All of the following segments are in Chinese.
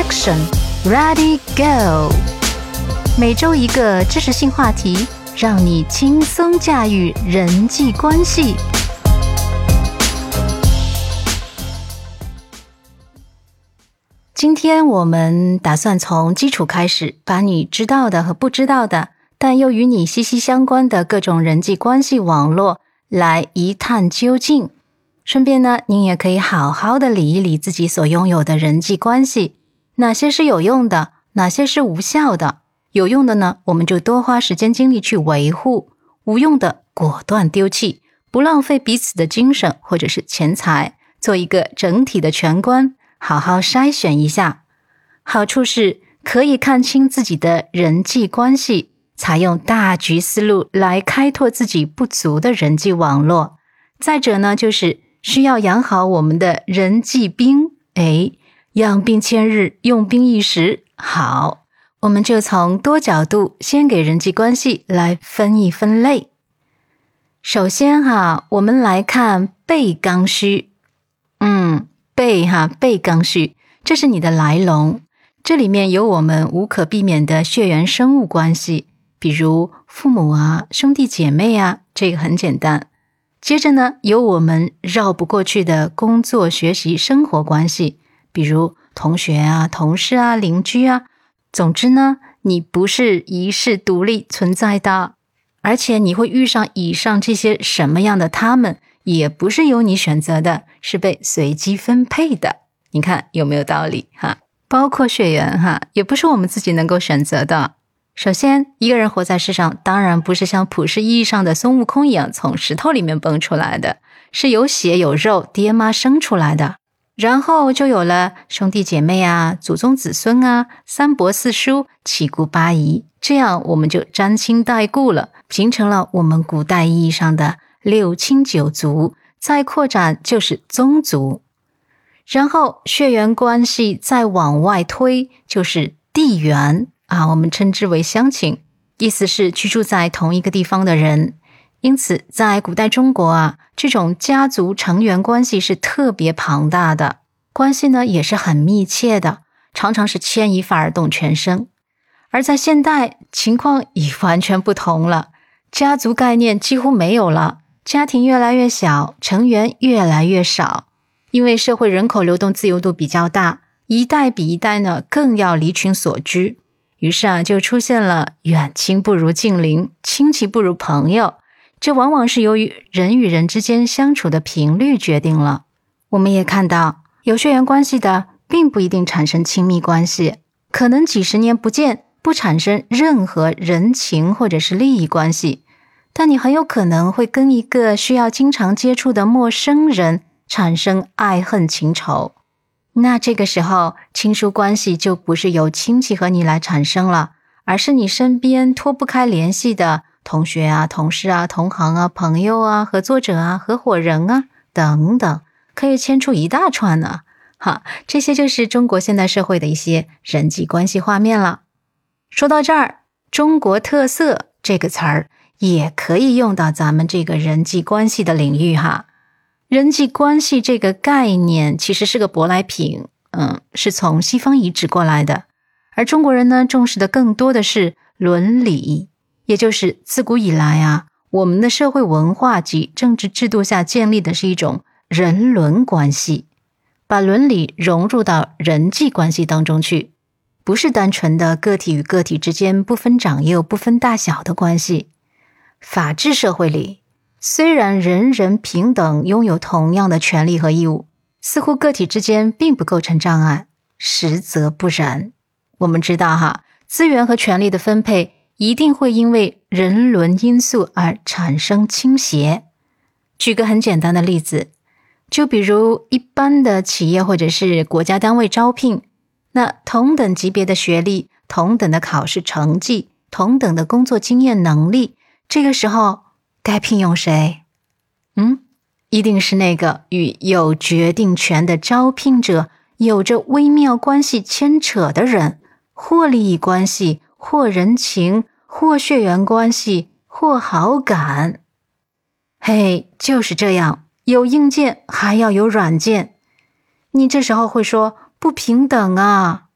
Action, Ready, Go！ 每周一个知识性话题，让你轻松驾驭人际关系。今天我们打算从基础开始，把你知道的和不知道的，但又与你息息相关的各种人际关系网络来一探究竟。顺便呢，您也可以好好的理一理自己所拥有的人际关系，哪些是有用的，哪些是无效的。有用的呢，我们就多花时间精力去维护；无用的，果断丢弃，不浪费彼此的精神或者是钱财，做一个整体的全观，好好筛选一下。好处是可以看清自己的人际关系，采用大局思路来开拓自己不足的人际网络。再者呢，就是需要养好我们的人际兵。养兵千日，用兵一时。好，我们就从多角度先给人际关系来分一分类。首先我们来看背刚需。背刚需，这是你的来龙。这里面有我们无可避免的血缘生物关系，比如父母兄弟姐妹这个很简单。接着呢，有我们绕不过去的工作、学习、生活关系，比如同学同事邻居总之呢，你不是一世独立存在的，而且你会遇上以上这些什么样的他们，也不是由你选择的，是被随机分配的。你看有没有道理包括血缘也不是我们自己能够选择的。首先，一个人活在世上，当然不是像普世意义上的孙悟空一样从石头里面蹦出来的，是有血有肉，爹妈生出来的。然后就有了兄弟姐妹祖宗子孙三伯四叔七姑八姨，这样我们就沾亲带故了，形成了我们古代意义上的六亲九族，再扩展就是宗族。然后血缘关系再往外推就是地缘我们称之为乡情，意思是居住在同一个地方的人。因此在古代中国这种家族成员关系是特别庞大的，关系呢也是很密切的，常常是牵一发而动全身。而在现代情况已完全不同了，家族概念几乎没有了，家庭越来越小，成员越来越少。因为社会人口流动自由度比较大，一代比一代呢更要离群索居，于是就出现了远亲不如近邻，亲戚不如朋友。这往往是由于人与人之间相处的频率决定了。我们也看到，有血缘关系的并不一定产生亲密关系，可能几十年不见，不产生任何人情或者是利益关系，但你很有可能会跟一个需要经常接触的陌生人产生爱恨情仇。那这个时候，亲疏关系就不是由亲戚和你来产生了，而是你身边脱不开联系的同学同事同行朋友合作者合伙人等等，可以牵出一大串这些就是中国现代社会的一些人际关系画面了。说到这儿，中国特色这个词儿也可以用到咱们这个人际关系的领域人际关系这个概念其实是个舶来品，是从西方移植过来的。而中国人呢，重视的更多的是伦理，也就是自古以来我们的社会文化及政治制度下建立的是一种人伦关系，把伦理融入到人际关系当中去，不是单纯的个体与个体之间不分长幼不分大小的关系。法治社会里，虽然人人平等，拥有同样的权利和义务，似乎个体之间并不构成障碍，实则不然。我们知道资源和权力的分配一定会因为人伦因素而产生倾斜。举个很简单的例子，就比如一般的企业或者是国家单位招聘，那同等级别的学历，同等的考试成绩，同等的工作经验能力，这个时候该聘用谁？一定是那个与有决定权的招聘者有着微妙关系牵扯的人，或利益关系，或人情，或血缘关系，或好感。就是这样，有硬件还要有软件。你这时候会说不平等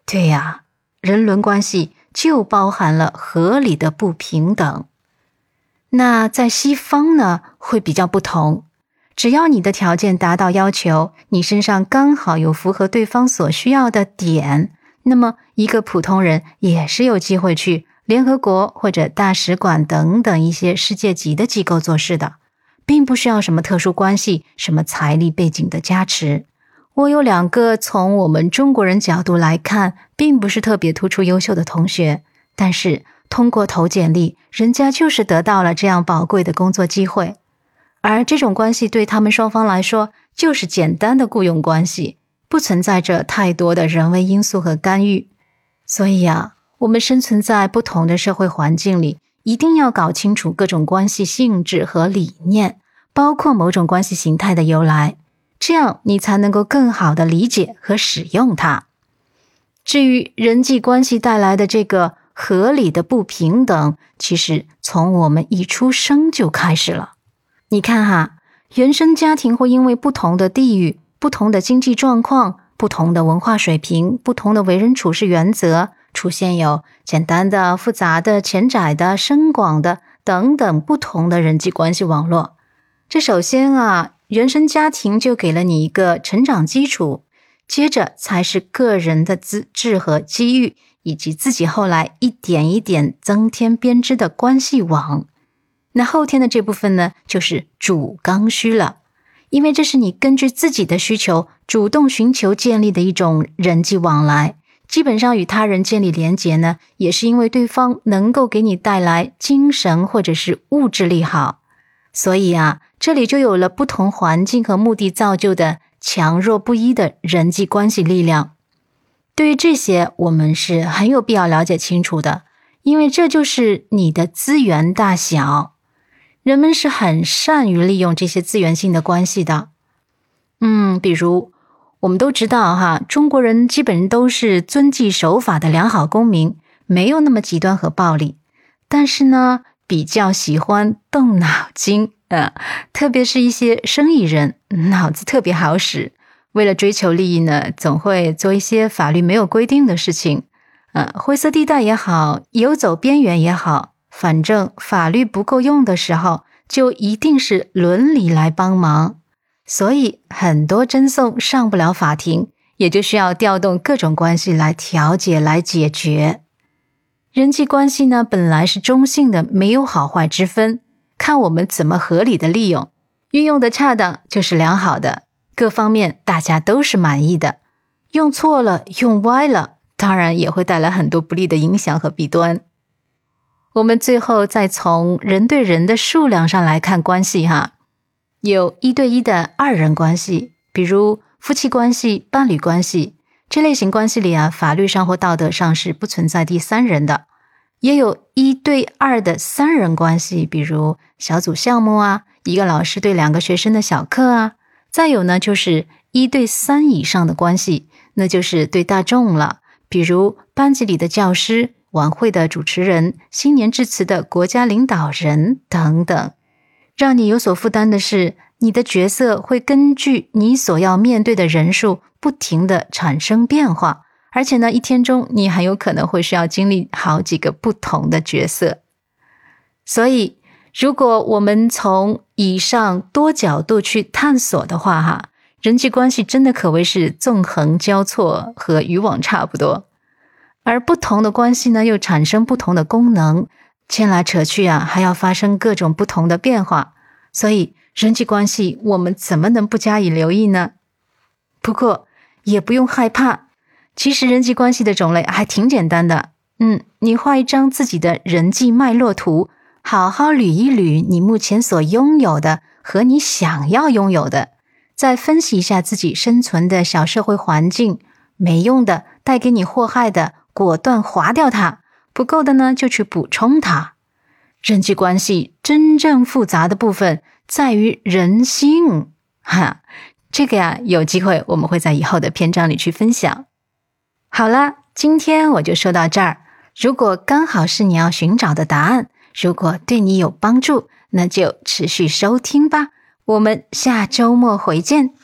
对呀，人伦关系就包含了合理的不平等。那在西方呢，会比较不同。只要你的条件达到要求，你身上刚好有符合对方所需要的点，那么一个普通人也是有机会去联合国或者大使馆等等一些世界级的机构做事的，并不需要什么特殊关系、什么财力背景的加持。我有2个从我们中国人角度来看，并不是特别突出优秀的同学，但是通过投简历，人家就是得到了这样宝贵的工作机会。而这种关系对他们双方来说，就是简单的雇佣关系，不存在着太多的人为因素和干预。所以我们生存在不同的社会环境里，一定要搞清楚各种关系性质和理念，包括某种关系形态的由来，这样你才能够更好地理解和使用它。至于人际关系带来的这个合理的不平等，其实从我们一出生就开始了。你看原生家庭会因为不同的地域、不同的经济状况、不同的文化水平、不同的为人处事原则，出现有简单的、复杂的、浅窄的、深广的等等不同的人际关系网络。这首先原生家庭就给了你一个成长基础，接着才是个人的资质和机遇，以及自己后来一点一点增添编织的关系网。那后天的这部分呢，就是主刚需了，因为这是你根据自己的需求主动寻求建立的一种人际往来，基本上与他人建立连结呢，也是因为对方能够给你带来精神或者是物质利好。所以这里就有了不同环境和目的造就的强弱不一的人际关系力量。对于这些，我们是很有必要了解清楚的，因为这就是你的资源大小。人们是很善于利用这些资源性的关系的。比如我们都知道中国人基本都是遵纪守法的良好公民，没有那么极端和暴力，但是呢，比较喜欢动脑筋，特别是一些生意人，脑子特别好使，为了追求利益呢，总会做一些法律没有规定的事情，灰色地带也好，游走边缘也好，反正法律不够用的时候，就一定是伦理来帮忙。所以很多争讼上不了法庭，也就需要调动各种关系来调解来解决。人际关系呢，本来是中性的，没有好坏之分，看我们怎么合理的利用，运用的恰当就是良好的，各方面大家都是满意的。用错了，用歪了，当然也会带来很多不利的影响和弊端。我们最后再从人对人的数量上来看关系有1对1的2人关系，比如夫妻关系、伴侣关系，这类型关系里法律上或道德上是不存在第三人的。也有1对2的3人关系，比如小组项目一个老师对2个学生的小课再有呢，就是1对3以上的关系，那就是对大众了，比如班级里的教师、晚会的主持人、新年致辞的国家领导人等等。让你有所负担的是，你的角色会根据你所要面对的人数不停地产生变化，而且呢，一天中你很有可能会需要经历好几个不同的角色。所以如果我们从以上多角度去探索的话人际关系真的可谓是纵横交错，和渔网差不多。而不同的关系呢，又产生不同的功能，牵来扯去还要发生各种不同的变化，所以人际关系我们怎么能不加以留意呢？不过也不用害怕，其实人际关系的种类还挺简单的。你画一张自己的人际脉络图，好好捋一捋你目前所拥有的和你想要拥有的，再分析一下自己生存的小社会环境，没用的、带给你祸害的，果断划掉它，不够的呢，就去补充它。人际关系真正复杂的部分在于人心这个有机会我们会在以后的篇章里去分享。好了，今天我就说到这儿。如果刚好是你要寻找的答案，如果对你有帮助，那就持续收听吧。我们下周末回见。